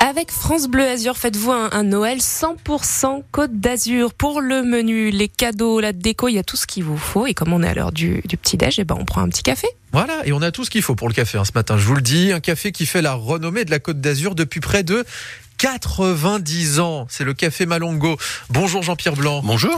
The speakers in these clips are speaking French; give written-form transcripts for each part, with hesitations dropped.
Avec France Bleu Azur, faites-vous un Noël 100% Côte d'Azur. Pour le menu, les cadeaux, la déco, il y a tout ce qu'il vous faut. Et comme on est à l'heure du petit-déj, on prend un petit café. Voilà, et on a tout ce qu'il faut pour le café ce matin, je vous le dis. Un café qui fait la renommée de la Côte d'Azur depuis près de 90 ans. C'est le café Malongo. Bonjour Jean-Pierre Blanc. Bonjour.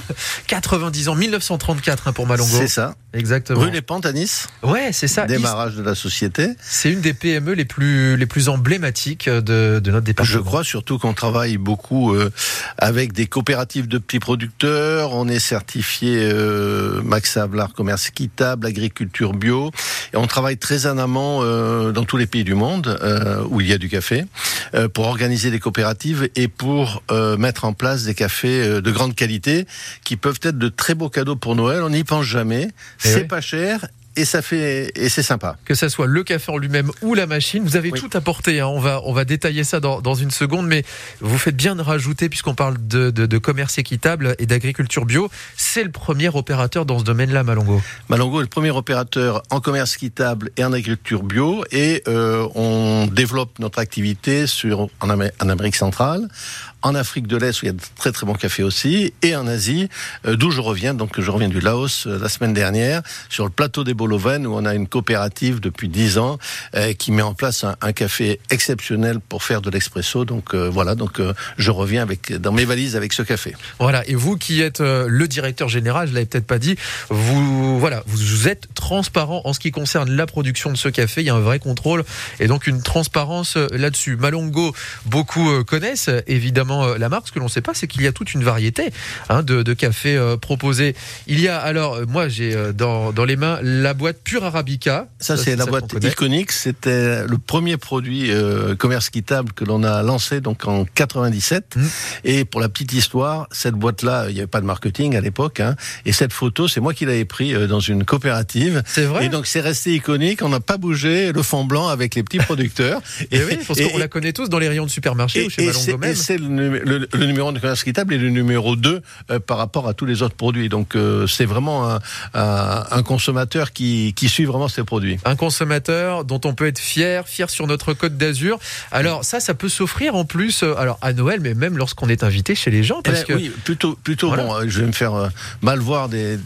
90 ans, 1934 pour Malongo. C'est ça. Exactement. Rue Les Pentes à Nice. Ouais, c'est ça. Démarrage de la société. C'est une des PME les plus emblématiques de notre département. Je crois surtout qu'on travaille beaucoup avec des coopératives de petits producteurs. On est certifié Max Havelaar Commerce Équitable, Agriculture Bio. Et on travaille très en amont dans tous les pays du monde où il y a du café pour organiser des coopératives et pour mettre en place des cafés de grande qualité qui peuvent être de très beaux cadeaux pour Noël. On n'y pense jamais. C'est pas cher. Et c'est sympa. Que ça soit le café en lui-même ou la machine, vous avez tout apporté. On va détailler ça dans une seconde, mais vous faites bien de rajouter, puisqu'on parle de commerce équitable et d'agriculture bio. C'est le premier opérateur dans ce domaine-là, Malongo. Malongo est le premier opérateur en commerce équitable et en agriculture bio, et on développe notre activité en Amérique centrale, en Afrique de l'Est où il y a de très très bons cafés aussi, et en Asie, d'où je reviens. Donc je reviens du Laos la semaine dernière, sur le plateau des Boloven, où on a une coopérative depuis 10 ans qui met en place un café exceptionnel pour faire de l'expresso. Donc voilà, je reviens dans mes valises avec ce café. Voilà, et vous qui êtes le directeur général, je l'avais peut-être pas dit, vous êtes transparent en ce qui concerne la production de ce café. Il y a un vrai contrôle et donc une transparence là-dessus. Malongo, beaucoup connaissent évidemment la marque. Ce que l'on ne sait pas, c'est qu'il y a toute une variété de cafés proposés. Il y a alors, moi j'ai dans les mains la boîte Pure Arabica. Ça c'est la boîte iconique. C'était le premier produit commerce équitable que l'on a lancé donc en 97. Et pour la petite histoire, cette boîte-là, il n'y avait pas de marketing à l'époque. Et cette photo, c'est moi qui l'avais pris dans une coopérative. C'est vrai. Et donc c'est resté iconique. On n'a pas bougé le fond blanc avec les petits producteurs. Et oui, parce qu'on la connaît tous dans les rayons de supermarché ou chez Malongo même. Et c'est le numéro 1 de commerce équitable et le numéro 2 par rapport à tous les autres produits. Donc c'est vraiment un consommateur qui suit vraiment ces produits. Un consommateur dont on peut être fier sur notre Côte d'Azur. Alors ça peut s'offrir en plus à Noël, mais même lorsqu'on est invité chez les gens. Oui, plutôt voilà. Bon, je vais me faire mal voir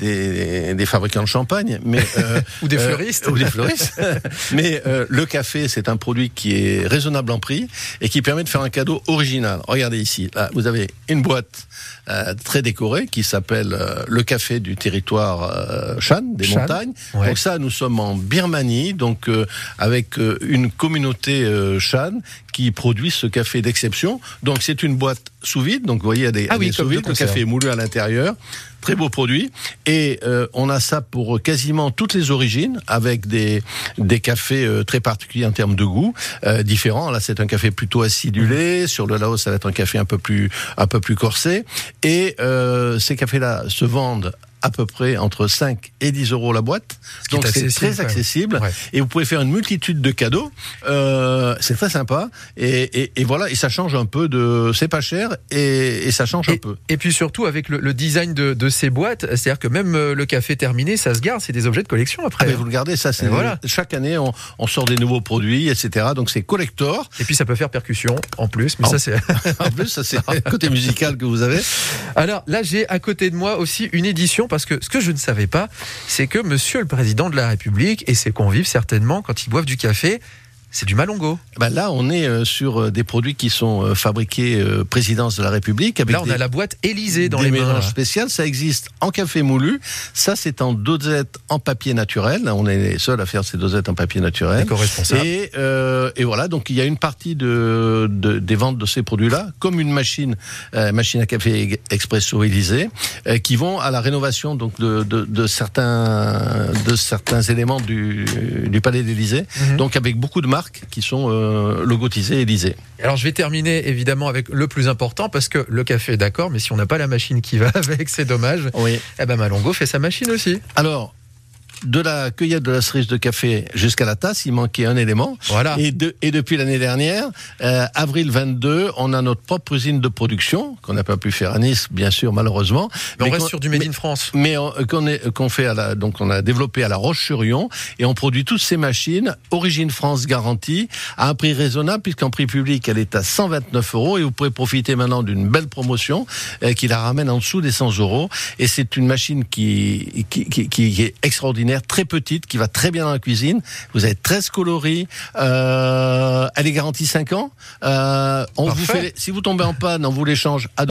des fabricants de champagne, mais ou des fleuristes. Mais le café, c'est un produit qui est raisonnable en prix et qui permet de faire un cadeau original. Regardez ici, là, vous avez une boîte très décorée qui s'appelle le café du territoire Shan, des montagnes. Ouais. Donc ça, nous sommes en Birmanie, donc avec une communauté Shan qui produit ce café d'exception. Donc c'est une boîte sous vide, donc vous voyez, il y a des sous vide, le café est moulu à l'intérieur. Très beau produit, et on a ça pour quasiment toutes les origines, avec des cafés très particuliers en termes de goût, différents. Là, c'est un café plutôt acidulé. Sur le Laos, ça va être un café un peu plus corsé. Et ces cafés-là se vendent à peu près entre 5 et 10 euros la boîte. Donc c'est très accessible. Ouais. Et vous pouvez faire une multitude de cadeaux. C'est très sympa. Et voilà, et ça change un peu c'est pas cher et ça change un peu. Et puis surtout avec le design de ces boîtes, c'est-à-dire que même le café terminé, ça se garde, c'est des objets de collection après. Vous le gardez, ça c'est chaque année on sort des nouveaux produits, etc. Donc c'est collector. Et puis ça peut faire percussion en plus, mais ça c'est le côté musical que vous avez. Alors là, j'ai à côté de moi aussi une édition, parce que ce que je ne savais pas, c'est que Monsieur le Président de la République et ses convives, certainement, quand ils boivent du café, c'est du Malongo. Là, on est sur des produits qui sont fabriqués présidence de la République. Avec là, on a la boîte Élysée dans les mains. Des mélanges spéciaux. Ça existe en café moulu. Ça, c'est en dosette en papier naturel. On est les seuls à faire ces dosettes en papier naturel. Éco-responsable. Et voilà. Donc, il y a une partie des ventes de ces produits-là, comme une machine à café expresso Élysée, qui vont à la rénovation donc de certains éléments du palais d'Élysée. Donc, avec beaucoup de marques qui sont logotisées Élysée. Alors je vais terminer évidemment avec le plus important, parce que le café est d'accord, mais si on n'a pas la machine qui va avec, c'est dommage. Oui. Malongo fait sa machine aussi. Alors de la cueillette de la cerise de café jusqu'à la tasse, il manquait un élément. Voilà. Et depuis l'année dernière, avril 22, on a notre propre usine de production, qu'on n'a pas pu faire à Nice, bien sûr, malheureusement. Mais on reste sur du Made in France. Mais qu'on fait donc on a développé à La Roche-sur-Yon, et on produit toutes ces machines, origine France garantie, à un prix raisonnable, puisqu'en prix public, elle est à 129 €, et vous pouvez profiter maintenant d'une belle promotion, qui la ramène en dessous des 100 €. Et c'est une machine qui est extraordinaire, très petite, qui va très bien dans la cuisine. Vous avez 13 coloris, elle est garantie 5 ans. Si vous tombez en panne, on vous l'échange à